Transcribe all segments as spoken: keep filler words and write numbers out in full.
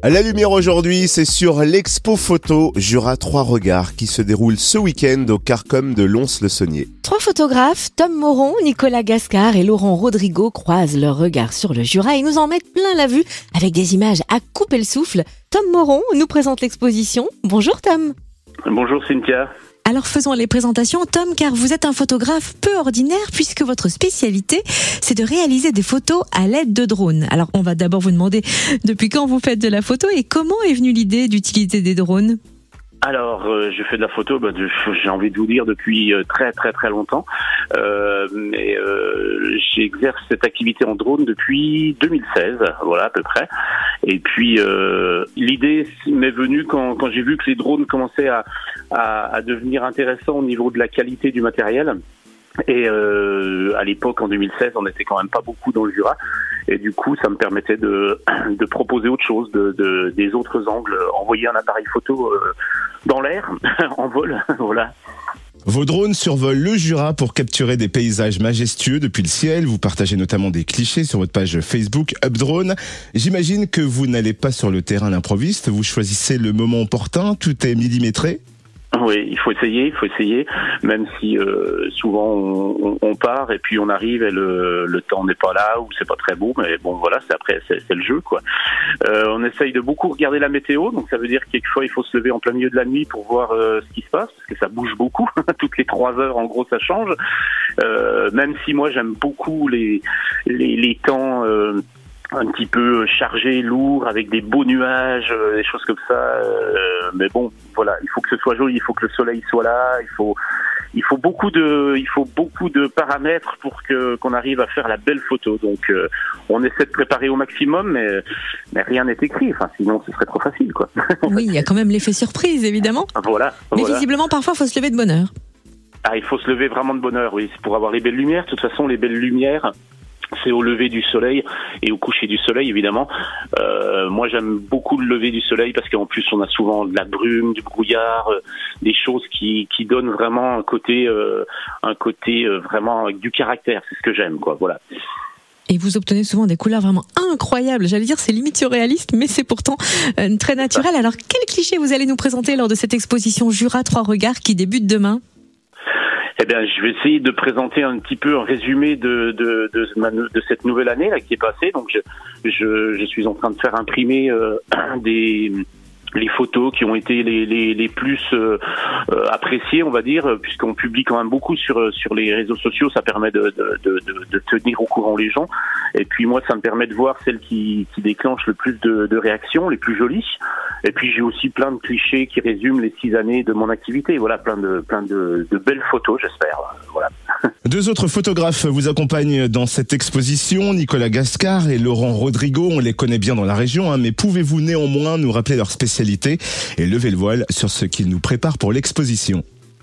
La lumière aujourd'hui, c'est sur l'expo photo Jura trois regards qui se déroule ce week-end au Carcom de Lons-le-Saunier. Trois photographes, Tom Moron, Nicolas Gascard et Laurent Rodrigo, croisent leurs regards sur le Jura et nous en mettent plein la vue avec des images à couper le souffle. Tom Moron nous présente l'exposition. Bonjour Tom. Bonjour Cynthia. Alors faisons les présentations, Tom, car vous êtes un photographe peu ordinaire puisque votre spécialité, c'est de réaliser des photos à l'aide de drones. Alors on va d'abord vous demander depuis quand vous faites de la photo et comment est venue l'idée d'utiliser des drones ? Alors, euh, je fais de la photo, bah, de, j'ai envie de vous dire, depuis euh, très très très longtemps. Euh, mais euh, j'exerce cette activité en drone depuis deux mille seize, voilà à peu près. Et puis, euh, l'idée m'est venue quand, quand j'ai vu que les drones commençaient à, à, à devenir intéressants au niveau de la qualité du matériel. Et euh, à l'époque, en deux mille seize, on n'était quand même pas beaucoup dans le Jura. Et du coup, ça me permettait de, de proposer autre chose, de, de, des autres angles, envoyer un appareil photo euh, dans l'air, en vol, voilà. Vos drones survolent le Jura pour capturer des paysages majestueux depuis le ciel. Vous partagez notamment des clichés sur votre page Facebook UpDrone. J'imagine que vous n'allez pas sur le terrain à l'improviste. Vous choisissez le moment opportun. Tout est millimétré. Oui, il faut essayer, il faut essayer, même si euh, souvent on, on part et puis on arrive et le, le temps n'est pas là ou c'est pas très beau, mais bon voilà, c'est après c'est, c'est le jeu quoi. Euh, on essaye de beaucoup regarder la météo, donc ça veut dire que quelquefois il faut se lever en plein milieu de la nuit pour voir euh, ce qui se passe, parce que ça bouge beaucoup, toutes les trois heures en gros ça change. Euh, même si moi j'aime beaucoup les les, les temps. Euh, un petit peu chargé, lourd, avec des beaux nuages, euh, des choses comme ça. Euh, mais bon, voilà, il faut que ce soit joli, il faut que le soleil soit là, il faut, il faut beaucoup de, il faut beaucoup de paramètres pour que qu'on arrive à faire la belle photo. Donc, euh, on essaie de préparer au maximum, mais, mais rien n'est écrit. Enfin, sinon, ce serait trop facile, quoi. Oui, il y a quand même l'effet surprise, évidemment. Voilà. Mais voilà. visiblement, parfois, il faut se lever de bonne heure. Ah, il faut se lever vraiment de bonne heure, oui, c'est pour avoir les belles lumières. De toute façon, les belles lumières, c'est au lever du soleil et au coucher du soleil, évidemment. Euh, moi, j'aime beaucoup le lever du soleil parce qu'en plus, on a souvent de la brume, du brouillard, euh, des choses qui, qui donnent vraiment un côté, euh, un côté euh, vraiment avec du caractère. C'est ce que j'aime, quoi. Voilà. Et vous obtenez souvent des couleurs vraiment incroyables. J'allais dire, c'est limite surréaliste, mais c'est pourtant euh, très naturel. Alors, quel cliché vous allez nous présenter lors de cette exposition Jura trois regards qui débute demain ? Eh bien, je vais essayer de présenter un petit peu un résumé de de de, de cette nouvelle année là qui est passée. Donc, je je, je suis en train de faire imprimer euh, des les photos qui ont été les les, les plus euh, euh, appréciées, on va dire, puisqu'on publie quand même beaucoup sur sur les réseaux sociaux. Ça permet de de de, de tenir au courant les gens. Et puis moi, ça me permet de voir celles qui qui déclenchent le plus de, de réactions, les plus jolies. Et puis j'ai aussi plein de clichés qui résument les six années de mon activité. Voilà, plein de plein de, de belles photos, j'espère. Voilà. Deux autres photographes vous accompagnent dans cette exposition, Nicolas Gascard et Laurent Rodrigo. On les connaît bien dans la région, hein, mais pouvez-vous néanmoins nous rappeler leur spécialité et lever le voile sur ce qu'ils nous préparent pour l'exposition ?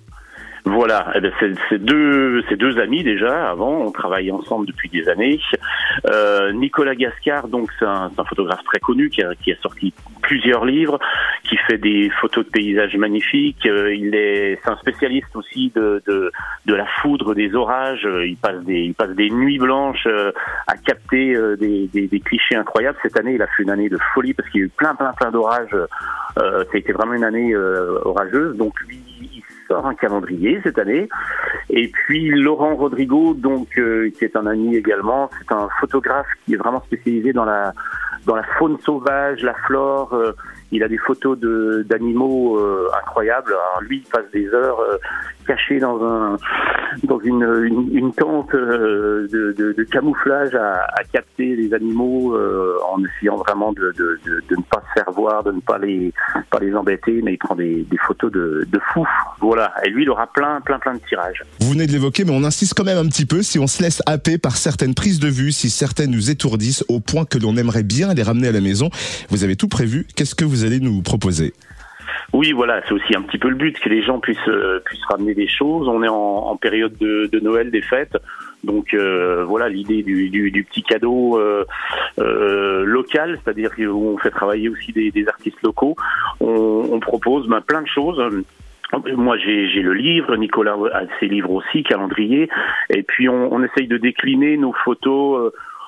Voilà, eh bien, c'est, c'est deux, c'est deux amis déjà. Avant, on travaillait ensemble depuis des années. Euh, Nicolas Gascard, donc c'est un, c'est un photographe très connu qui a, qui a sorti plusieurs livres, qui fait des photos de paysages magnifiques. Euh, il est, c'est un spécialiste aussi de, de, de la foudre, des orages. Il passe des, il passe des nuits blanches euh, à capter euh, des, des, des clichés incroyables. Cette année, il a fait une année de folie parce qu'il y a eu plein, plein, plein d'orages. Euh, ça a été vraiment une année euh, orageuse. Donc lui, il sort un calendrier cette année. Et puis Laurent Rodrigo, donc euh, qui est un ami également, c'est un photographe qui est vraiment spécialisé dans la dans la faune sauvage, la flore. Euh, il a des photos de d'animaux euh, incroyables. Alors lui, il passe des heures euh, caché dans un dans une une, une tente euh, de, de, de camouflage à, à capter les animaux euh, en essayant vraiment de, de, de, de ne pas se faire voir, de ne pas les pas les embêter, mais il prend des, des photos de, de fous. Voilà. Et lui, il aura plein plein plein de tirages. Vous venez de l'évoquer, mais on insiste quand même un petit peu. Si on se laisse happer par certaines prises de vue, si certaines nous étourdissent au point que l'on aimerait bien les ramener à la maison, vous avez tout prévu. Qu'est-ce que vous allez nous proposer ? Oui, voilà, c'est aussi un petit peu le but, que les gens puissent euh, puissent ramener des choses. On est en, en période de, de Noël, des fêtes, donc euh, voilà l'idée du, du, du petit cadeau euh, euh, local, c'est-à-dire où on fait travailler aussi des, des artistes locaux. On, on propose ben, plein de choses. Moi, j'ai, j'ai le livre, Nicolas a ses livres aussi, calendrier, et puis on, on essaye de décliner nos photos. Euh,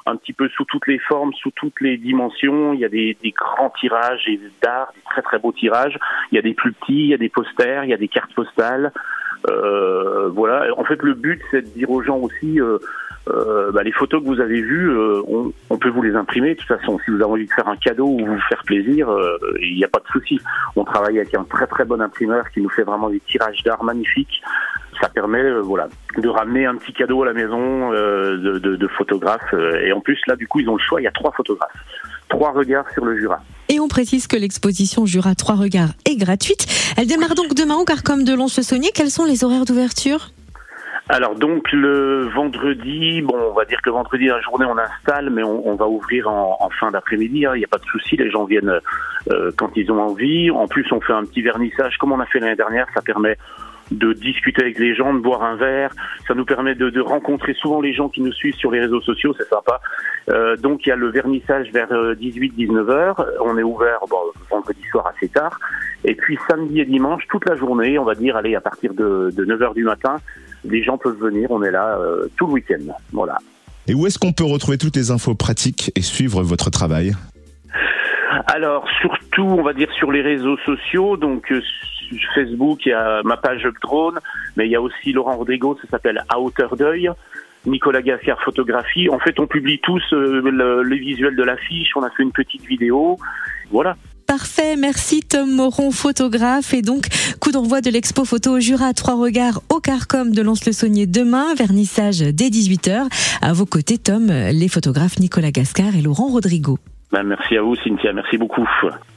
un petit peu sous toutes les formes, sous toutes les dimensions. Il y a des, des grands tirages d'art, des très très beaux tirages. Il y a des plus petits, il y a des posters, il y a des cartes postales. Euh, voilà. En fait, le but, c'est de dire aux gens aussi, euh, euh, bah, les photos que vous avez vues, euh, on, on peut vous les imprimer. De toute façon, si vous avez envie de faire un cadeau ou vous faire plaisir, euh, il n'y a pas de souci. On travaille avec un très très bon imprimeur qui nous fait vraiment des tirages d'art magnifiques. Ça permet, euh, voilà, de ramener un petit cadeau à la maison euh, de, de, de photographes. Et en plus, là, du coup, ils ont le choix. Il y a trois photographes, trois regards sur le Jura. Et on précise que l'exposition Jura Trois Regards est gratuite. Elle démarre donc demain au Carcom de Lons-le-Saunier. Quels sont les horaires d'ouverture ? Alors donc le vendredi, bon on va dire que le vendredi la journée on installe, mais on, on va ouvrir en, en fin d'après-midi, hein, il n'y a pas de souci, les gens viennent euh, quand ils ont envie. En plus on fait un petit vernissage comme on a fait l'année dernière, ça permet de discuter avec les gens, de boire un verre, ça nous permet de, de rencontrer souvent les gens qui nous suivent sur les réseaux sociaux, c'est sympa. Euh, donc il y a le vernissage vers dix-huit dix-neuf heures, on est ouvert bon, vendredi soir assez tard, et puis samedi et dimanche toute la journée, on va dire allez à partir de, de neuf heures du matin, les gens peuvent venir, on est là euh, tout le week-end, voilà. Et où est-ce qu'on peut retrouver toutes les infos pratiques et suivre votre travail ? Alors surtout on va dire sur les réseaux sociaux, donc euh, Facebook, il y a ma page Updrone, mais il y a aussi Laurent Rodrigo, ça s'appelle À hauteur d'œil, Nicolas Gascard Photographie. En fait, on publie tous euh, le, les visuels de l'affiche, on a fait une petite vidéo, voilà. Parfait, merci Tom Moron, photographe. Et donc, coup d'envoi de l'expo photo Jura Trois Regards au Carcom de Lons-le-Saunier demain, vernissage dès dix-huit heures. À vos côtés, Tom, les photographes Nicolas Gascard et Laurent Rodrigo. Ben, merci à vous Cynthia, merci beaucoup.